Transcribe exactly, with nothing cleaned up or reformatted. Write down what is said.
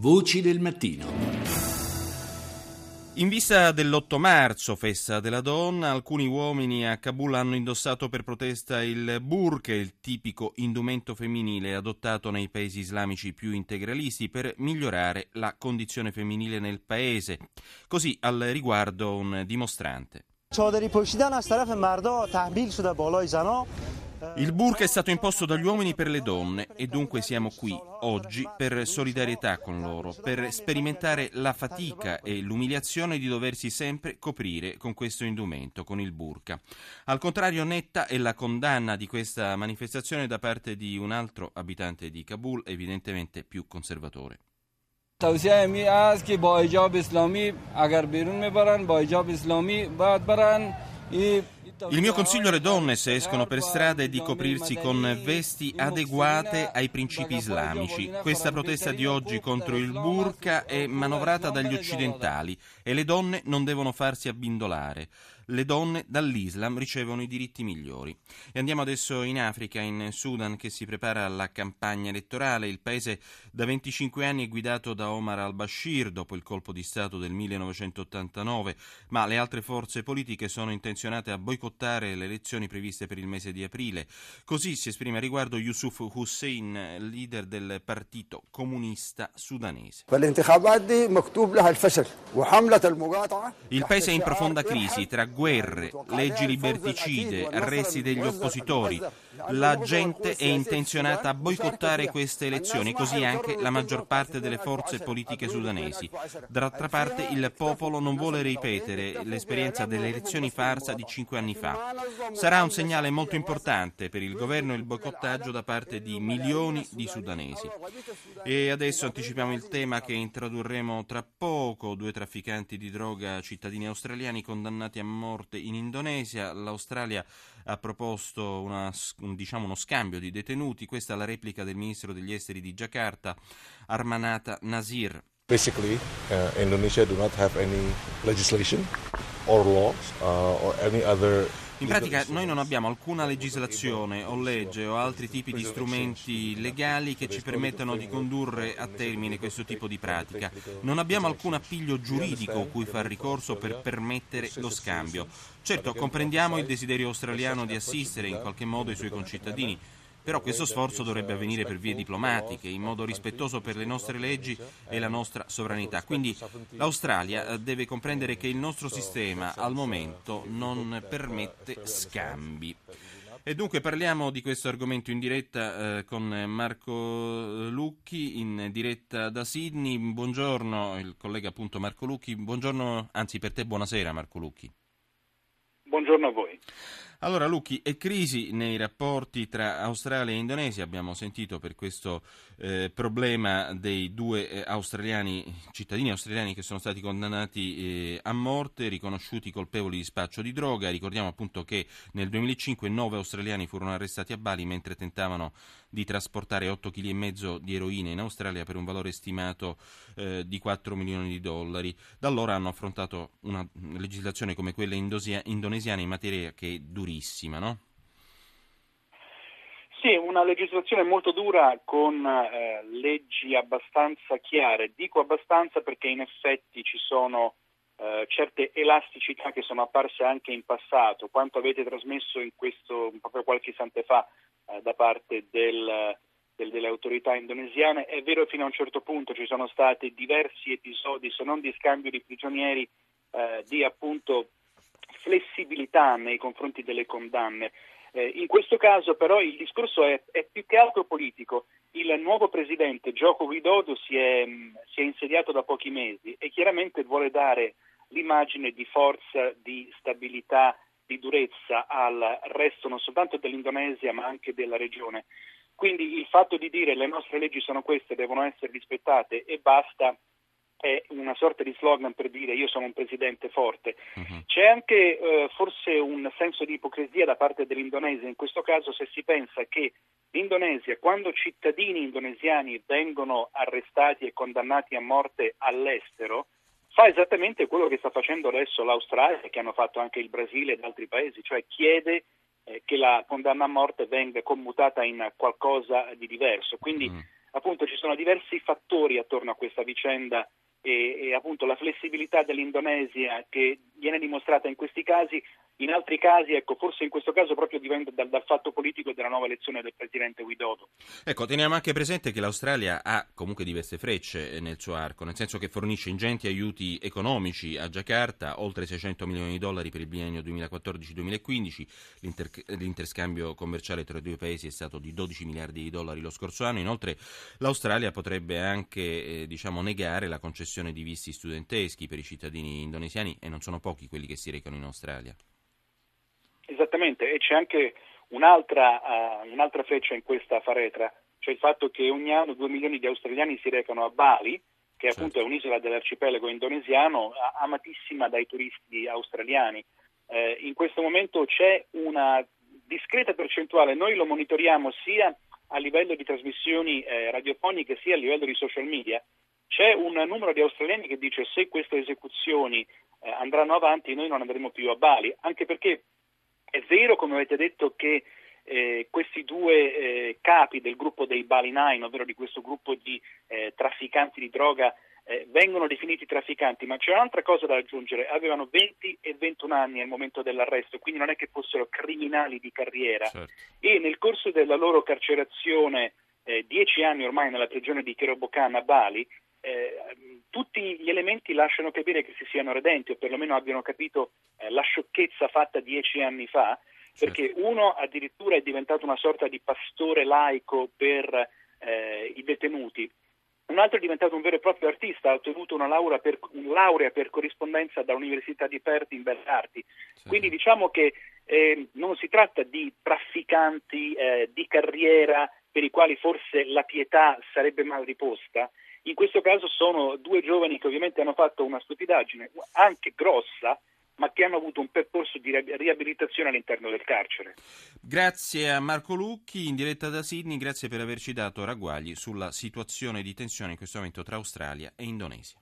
Voci del mattino. In vista dell'otto marzo, festa della donna, alcuni uomini a Kabul hanno indossato per protesta il burqa, il tipico indumento femminile adottato nei paesi islamici più integralisti per migliorare la condizione femminile nel paese. Così al riguardo un dimostrante. Il burqa è stato imposto dagli uomini per le donne e dunque siamo qui oggi per solidarietà con loro, per sperimentare la fatica e l'umiliazione di doversi sempre coprire con questo indumento, con il burqa. Al contrario, netta è la condanna di questa manifestazione da parte di un altro abitante di Kabul, evidentemente più conservatore. توصیه می است که با حجاب اسلامی اگر بیرون میبرن با حجاب اسلامی باید برن. Il mio consiglio alle donne, se escono per strada, è di coprirsi con vesti adeguate ai principi islamici. Questa protesta di oggi contro il burqa è manovrata dagli occidentali e le donne non devono farsi abbindolare. Le donne dall'Islam ricevono i diritti migliori. E andiamo adesso in Africa, in Sudan, che si prepara alla campagna elettorale. Il paese da venticinque anni è guidato da Omar al-Bashir dopo il colpo di Stato del millenovecentottantanove, ma le altre forze politiche sono intenzionate a boicottare le elezioni previste per il mese di aprile. Così si esprime a riguardo Yusuf Hussein, leader del Partito Comunista Sudanese. Il paese è in profonda crisi tra guerre, leggi liberticide, arresti degli oppositori. La gente è intenzionata a boicottare queste elezioni, così anche la maggior parte delle forze politiche sudanesi. D'altra parte il popolo non vuole ripetere l'esperienza delle elezioni farsa di cinque anni fa. Sarà un segnale molto importante per il governo il boicottaggio da parte di milioni di sudanesi. E adesso anticipiamo il tema che introdurremo tra poco. Due trafficanti di droga cittadini australiani condannati a morte in Indonesia. L'Australia ha proposto una, un, diciamo uno scambio di detenuti. Questa è la replica del ministro degli esteri di Giacarta, Armanata Nasir. Basically, uh, Indonesia do not have any legislation or laws uh, or any other. In pratica noi non abbiamo alcuna legislazione o legge o altri tipi di strumenti legali che ci permettano di condurre a termine questo tipo di pratica. Non abbiamo alcun appiglio giuridico cui far ricorso per permettere lo scambio. Certo, comprendiamo il desiderio australiano di assistere in qualche modo i suoi concittadini, però questo sforzo dovrebbe avvenire per vie diplomatiche, in modo rispettoso per le nostre leggi e la nostra sovranità. Quindi l'Australia deve comprendere che il nostro sistema al momento non permette scambi. E dunque parliamo di questo argomento in diretta eh, con Marco Lucchi, in diretta da Sydney. Buongiorno, il collega appunto Marco Lucchi. Buongiorno, anzi per te buonasera Marco Lucchi. Buongiorno a voi. Allora Lucchi, è crisi nei rapporti tra Australia e Indonesia, abbiamo sentito per questo eh, problema dei due eh, australiani, cittadini australiani che sono stati condannati eh, a morte, riconosciuti colpevoli di spaccio di droga. Ricordiamo appunto che nel duemilacinque nove australiani furono arrestati a Bali mentre tentavano di trasportare otto chili e mezzo di eroina in Australia per un valore stimato eh, di quattro milioni di dollari. Da allora hanno affrontato una legislazione come quella indosia, indonesiana in materia che è durissima, no? Sì, una legislazione molto dura con eh, leggi abbastanza chiare. Dico abbastanza perché in effetti ci sono eh, certe elasticità che sono apparse anche in passato. Quanto avete trasmesso in questo proprio qualche istante fa eh, da parte del, del, delle autorità indonesiane è vero fino a un certo punto. Ci sono stati diversi episodi, se non di scambio di prigionieri, eh, di appunto flessibilità nei confronti delle condanne. Eh, in questo caso però il discorso è, è più che altro politico. Il nuovo presidente Joko Widodo si è, si è insediato da pochi mesi e chiaramente vuole dare l'immagine di forza, di stabilità, di durezza al resto non soltanto dell'Indonesia ma anche della regione. Quindi il fatto di dire le nostre leggi sono queste, devono essere rispettate e basta è una sorta di slogan per dire io sono un presidente forte. Uh-huh. C'è anche eh, forse un senso di ipocrisia da parte dell'Indonesia, in questo caso se si pensa che l'Indonesia, quando cittadini indonesiani vengono arrestati e condannati a morte all'estero, fa esattamente quello che sta facendo adesso l'Australia, che hanno fatto anche il Brasile ed altri paesi, cioè chiede eh, che la condanna a morte venga commutata in qualcosa di diverso. Quindi uh-huh. appunto ci sono diversi fattori attorno a questa vicenda e, e appunto la flessibilità dell'Indonesia che viene dimostrata in questi casi. In altri casi, ecco, forse in questo caso proprio dipende dal, dal fatto politico della nuova elezione del presidente Widodo. Ecco, teniamo anche presente che l'Australia ha comunque diverse frecce nel suo arco, nel senso che fornisce ingenti aiuti economici a Giacarta, oltre seicento milioni di dollari per il biennio duemilaquattordici duemilaquindici, L'inter- l'interscambio commerciale tra i due paesi è stato di dodici miliardi di dollari lo scorso anno. Inoltre l'Australia potrebbe anche eh, diciamo, negare la concessione di visti studenteschi per i cittadini indonesiani, e non sono pochi quelli che si recano in Australia. Esattamente, e c'è anche un'altra, uh, un'altra freccia in questa faretra, cioè il fatto che ogni anno due milioni di australiani si recano a Bali, che certo. appunto è un'isola dell'arcipelago indonesiano, amatissima dai turisti australiani. Eh, in questo momento c'è una discreta percentuale, noi lo monitoriamo sia a livello di trasmissioni eh, radiofoniche sia a livello di social media. C'è un numero di australiani che dice se queste esecuzioni eh, andranno avanti noi non andremo più a Bali, anche perché è vero, come avete detto, che eh, questi due eh, capi del gruppo dei Bali Nine, ovvero di questo gruppo di eh, trafficanti di droga, eh, vengono definiti trafficanti, ma c'è un'altra cosa da aggiungere: avevano venti e ventuno anni al momento dell'arresto, quindi non è che fossero criminali di carriera, certo. E nel corso della loro carcerazione, eh, dieci anni ormai nella prigione di Kerobokan a Bali, eh, tutti gli elementi lasciano capire che si siano redenti, o perlomeno abbiano capito eh, la sciocchezza fatta dieci anni fa, perché certo. Uno addirittura è diventato una sorta di pastore laico per eh, i detenuti, un altro è diventato un vero e proprio artista, ha ottenuto una laurea per, una laurea per corrispondenza dall'Università di Perth in Belle Arti, certo. Quindi diciamo che eh, non si tratta di trafficanti eh, di carriera per i quali forse la pietà sarebbe mal riposta. In questo caso sono due giovani che ovviamente hanno fatto una stupidaggine anche grossa, ma che hanno avuto un percorso di riabilitazione all'interno del carcere. Grazie a Marco Lucchi, in diretta da Sydney, grazie per averci dato ragguagli sulla situazione di tensione in questo momento tra Australia e Indonesia.